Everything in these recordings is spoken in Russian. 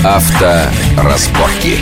Авторазборки.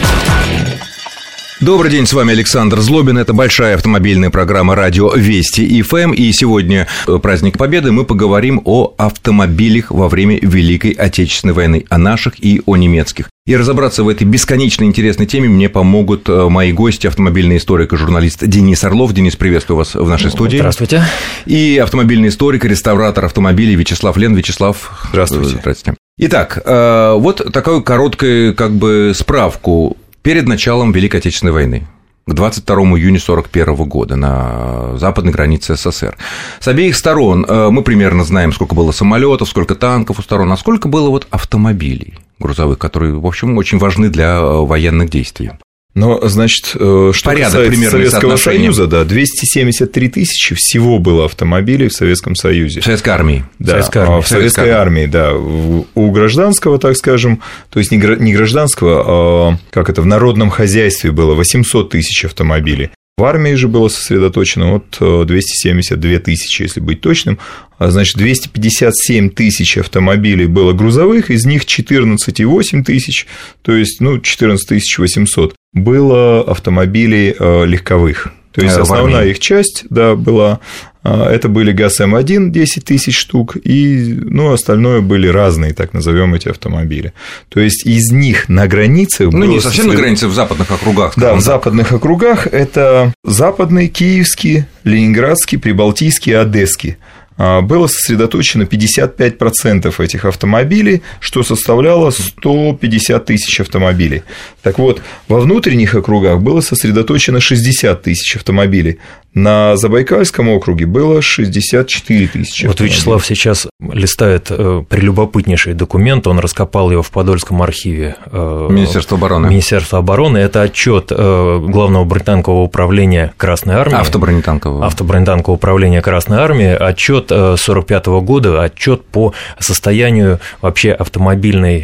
Добрый день, с вами Александр Злобин. Это большая автомобильная программа «Радио Вести ФМ». И сегодня, праздник Победы, мы поговорим о автомобилях во время Великой Отечественной войны, о наших и о немецких. И разобраться в этой бесконечно интересной теме мне помогут мои гости, автомобильный историк и журналист Денис Орлов. Денис, приветствую вас в нашей студии. Здравствуйте. И автомобильный историк и реставратор автомобилей Вячеслав Лен. Вячеслав, здравствуйте. Здравствуйте. Итак, вот такую короткую справку. Перед началом Великой Отечественной войны, к 22 июня 1941 года на западной границе СССР, с обеих сторон мы примерно знаем, сколько было самолетов, сколько танков у сторон, а сколько было автомобилей грузовых, которые, в общем, очень важны для военных действий. Но, значит, что касается Советского Союза, 273 тысячи всего было автомобилей в Советском Союзе. В Советской армии. Да, в Советской армии, да. У гражданского, так скажем, то есть не гражданского, а в народном хозяйстве было 800 тысяч автомобилей. В армии же было сосредоточено 272 тысячи, если быть точным. Значит, 257 тысяч автомобилей было грузовых, из них 14,8 тысяч, то есть 14 800 было автомобилей легковых. То есть основная их часть, была, это были ГАЗ-М1, 10 тысяч штук, и остальное были разные, так назовем, эти автомобили. То есть из них на границах... не совсем на границе, в западных округах. Да, в западных округах это западный, киевский, ленинградский, прибалтийский и одесский. Было сосредоточено 55% этих автомобилей, что составляло 150 тысяч автомобилей. Так вот, во внутренних округах было сосредоточено 60 тысяч автомобилей. На Забайкальском округе было 64 тысячи автомобилей. Вячеслав сейчас листает прелюбопытнейший документ, он раскопал его в Подольском архиве Министерства обороны. Это отчет Главного бронетанкового управления Красной Армии. Автобронетанкового управления Красной Армии, отчет 1945 года, отчет по состоянию вообще автомобильных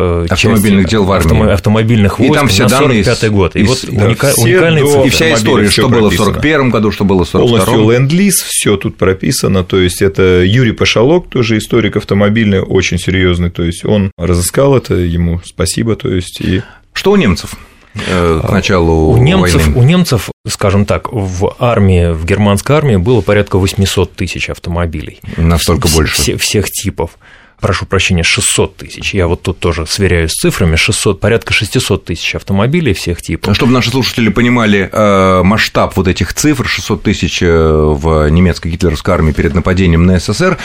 дел в армии. Автомобильных войск на 1945 год. И уникальный цифр. И вся история, что было в 1941 году, что было в 1942. Полностью ленд-лиз, все тут прописано. То есть это Юрий Пашалок, тоже историк автомобильный, очень серьезный. То есть он разыскал это, ему спасибо. То есть Что у немцев? К началу войны. У немцев, скажем так, в германской армии было порядка 800 тысяч автомобилей. Настолько больше. Всех типов. Прошу прощения, 600 тысяч. Я тут тоже сверяюсь с цифрами. Порядка 600 тысяч автомобилей всех типов. Чтобы наши слушатели понимали масштаб этих цифр, 600 тысяч в немецкой гитлеровской армии перед нападением на СССР,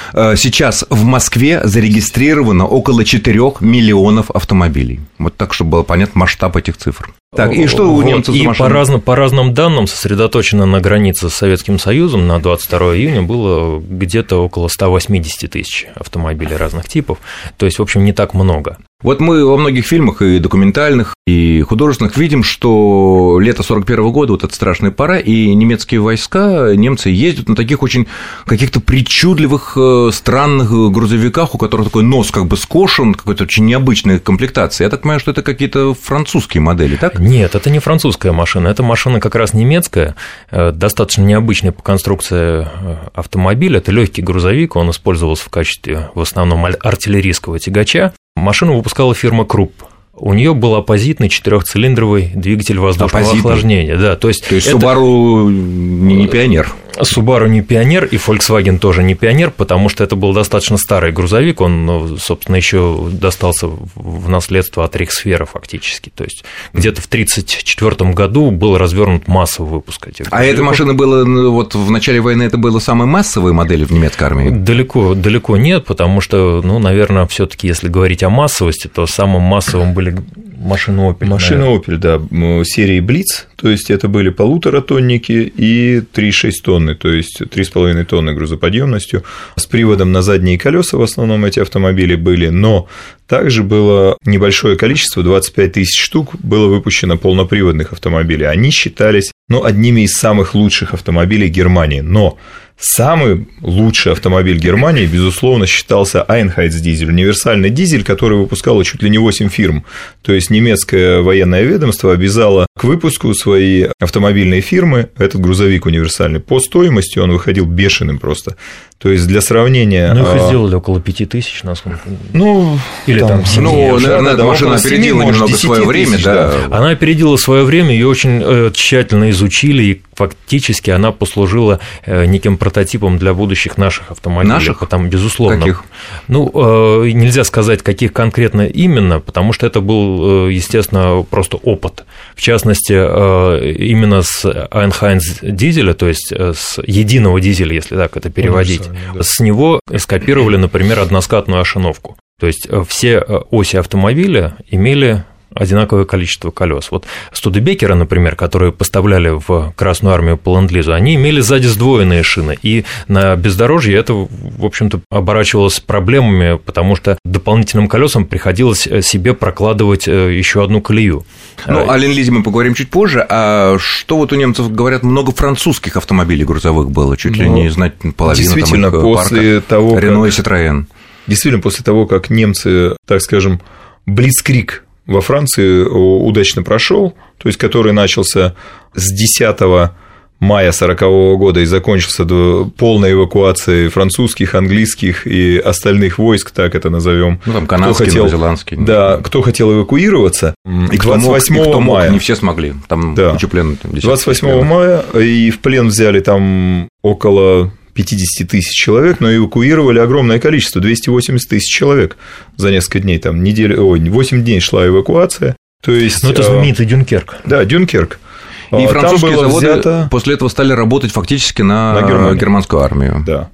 сейчас в Москве зарегистрировано около 4 миллионов автомобилей. Вот так, чтобы было понятно масштаб этих цифр. Так, и что у немцев за машины? И по разным данным сосредоточено на границе с Советским Союзом на 22 июня было где-то около 180 тысяч автомобилей разных типов, то есть, в общем, не так много. Вот мы во многих фильмах, и документальных, и художественных, видим, что лето 1941 года, эта страшная пора, и немецкие войска, немцы ездят на таких очень каких-то причудливых, странных грузовиках, у которых такой нос скошен, какой-то очень необычной комплектации. Я так понимаю, что это какие-то французские модели, так? Нет, это не французская машина, это машина как раз немецкая, достаточно необычная по конструкции автомобиля, это легкий грузовик, он использовался в качестве в основном артиллерийского тягача. Машину выпускала фирма Крупп. У нее был оппозитный 4-цилиндровый двигатель воздушного охлаждения. Да, то есть Subaru не пионер. Subaru не пионер, и Volkswagen тоже не пионер, потому что это был достаточно старый грузовик, он, собственно, еще достался в наследство от Рейхсвера фактически, то есть где-то в 1934 году был развернут массовый выпуск этих грузовиков. А эта машина была, в начале войны это была самой массовой моделью в немецкой армии? Далеко нет, потому что, наверное, все-таки, если говорить о массовости, то самым массовым были машины Opel. Машины Opel, да, серии Blitz, то есть это были 1,5-тонники и 3,6 тонны, то есть 3,5 тонны грузоподъемностью, с приводом на задние колеса в основном эти автомобили были, но также было небольшое количество, 25 тысяч штук, было выпущено полноприводных автомобилей. Они считались, одними из самых лучших автомобилей Германии, но самый лучший автомобиль Германии, безусловно, считался Einheitsdiesel, универсальный дизель, который выпускало чуть ли не 8 фирм. То есть немецкое военное ведомство обязало к выпуску свои автомобильные фирмы этот грузовик универсальный. По стоимости он выходил бешеным просто. То есть для сравнения... Ну, их сделали около 5000, насколько... Ну, или там 7. Ну, наверное, эта машина опередила немного свое время, да. Она опередила свое время, ее очень тщательно изучили, и фактически она послужила неким прототипом для будущих наших автомобилей. Наших? Потому, безусловно. Каких? Ну, нельзя сказать, каких конкретно именно, потому что это был, естественно, просто опыт. В частности, именно с Einheinz дизеля, то есть с единого дизеля, если так это переводить, да. С него скопировали, например, односкатную ошиновку. То есть все оси автомобиля имели одинаковое количество колес. Вот Студебекеры, например, которые поставляли в Красную армию по ленд-лизу, они имели сзади сдвоенные шины, и на бездорожье это, в общем-то, оборачивалось проблемами, потому что дополнительным колесам приходилось себе прокладывать еще одну колею. Ну, о ленд-лизе мы поговорим чуть позже. А что вот у немцев, говорят, много французских автомобилей грузовых было, чуть ли не знать половину действительно, там их после парка. того, Рено и Citroën. Действительно, после того, как немцы, так скажем, блицкриг во Франции удачно прошел, то есть который начался с 10 мая 1940 года и закончился до полной эвакуации французских, английских и остальных войск, так это назовем. Ну, там канадские, новозеландские. Да, кто хотел эвакуироваться. И 28 мая. Не все смогли, там да, куча пленных. 28 мая, и в плен взяли там около 50 тысяч человек, но эвакуировали огромное количество, 280 тысяч человек за несколько дней, там 8 дней шла эвакуация. То есть, ну, это знаменитый Дюнкерк. Да, Дюнкерк. И французские заводы после этого стали работать фактически на германскую армию. Да.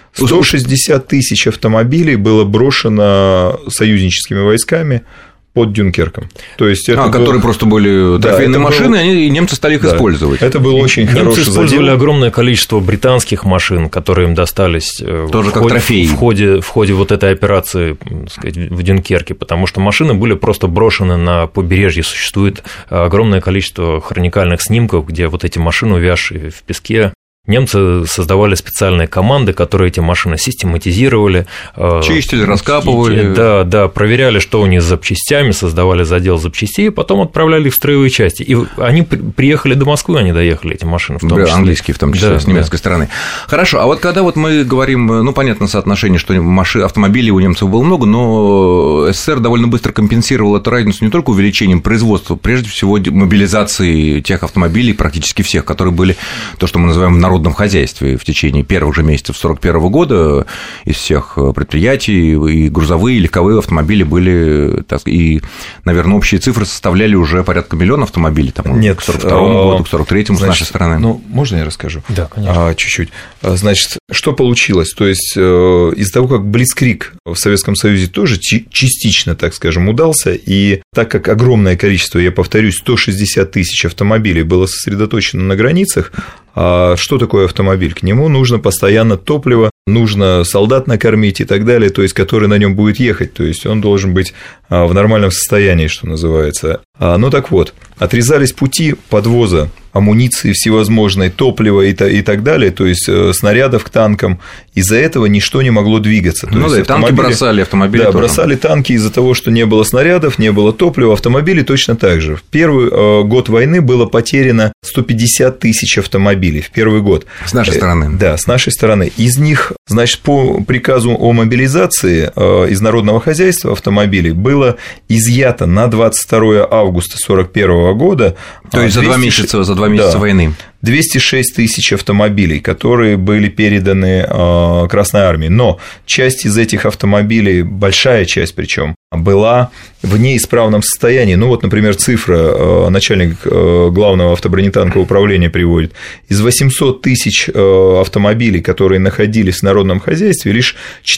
160 тысяч автомобилей было брошено союзническими войсками под Дюнкерком. То есть это которые просто были трофейные машины, и немцы стали их использовать. Это был очень хороший задел. Немцы использовали огромное количество британских машин, которые им достались тоже как трофеи в ходе вот этой операции, так сказать, в Дюнкерке, потому что машины были просто брошены на побережье. Существует огромное количество хроникальных снимков, где вот эти машины, увязшие в песке. Немцы создавали специальные команды, которые эти машины систематизировали. Чистили, раскапывали. Да, проверяли, что у них с запчастями, создавали задел запчастей, и потом отправляли их в строевые части. И они приехали до Москвы, они доехали, эти машины, в том числе. Английские, в том числе, с немецкой стороны. Хорошо, а вот когда вот мы говорим, ну, понятно, соотношение, что автомобилей у немцев было много, но СССР довольно быстро компенсировал эту разницу не только увеличением производства, прежде всего мобилизацией тех автомобилей, практически всех, которые были, то, что мы называем в народном хозяйстве в течение первых же месяцев 1941 года из всех предприятий и грузовые, и легковые автомобили были, и, наверное, общие цифры составляли уже порядка миллиона автомобилей там, Нет, к 1942 году, к 1943 с нашей стороны. Ну, можно я расскажу? Да, конечно. Чуть-чуть. Значит, что получилось? То есть, из-за того, как блицкриг в Советском Союзе тоже частично, так скажем, удался, и так как огромное количество, я повторюсь, 160 тысяч автомобилей было сосредоточено на границах, а что такое автомобиль? К нему нужно постоянно топливо, нужно солдат накормить и так далее, то есть, который на нем будет ехать, то есть, он должен быть в нормальном состоянии, что называется. Ну так вот, отрезались пути подвоза амуниции всевозможной, топлива и так далее, то есть, снарядов к танкам, из-за этого ничто не могло двигаться. То есть, да, танки бросали, автомобили да, тоже. Бросали танки из-за того, что не было снарядов, не было топлива, автомобили точно так же. В первый год войны было потеряно 150 тысяч автомобилей в первый год. С нашей стороны. Да, с нашей стороны. Из них, значит, по приказу о мобилизации из народного хозяйства автомобилей было изъято на 22 августа 1941 года. То есть за 2 месяца войны. 206 тысяч автомобилей, которые были переданы Красной армии. Но часть из этих автомобилей, большая часть причем, была в неисправном состоянии. Ну вот, например, цифра начальник главного автобронетанкового управления приводит. Из 800 тысяч автомобилей, которые находились в народном хозяйстве, лишь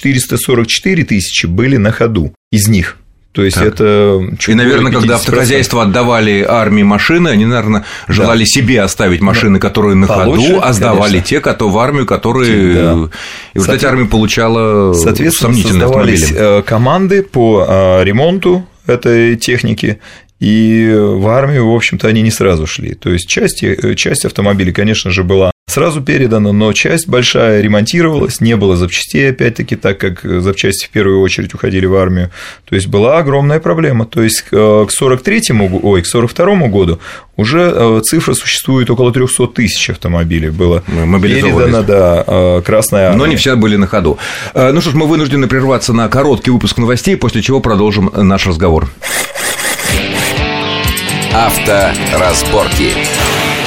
444 тысячи были на ходу из них. То есть, это и, наверное, когда автохозяйства отдавали армии машины, они, наверное, желали себе оставить машины, которые на ходу, а сдавали те, в армию, которые... Да. И вот эта армия получала сомнительные автомобили. Создавались команды по ремонту этой техники, и в армию, в общем-то, они не сразу шли. То есть, часть автомобилей, конечно же, была сразу передано, но часть большая ремонтировалась, не было запчастей, опять-таки, так как запчасти в первую очередь уходили в армию. То есть была огромная проблема. То есть к 42-му году уже цифра существует, около 300 тысяч автомобилей было передано, да, Красной армии. Но не все были на ходу. Ну что ж, мы вынуждены прерваться на короткий выпуск новостей, после чего продолжим наш разговор. Авторазборки.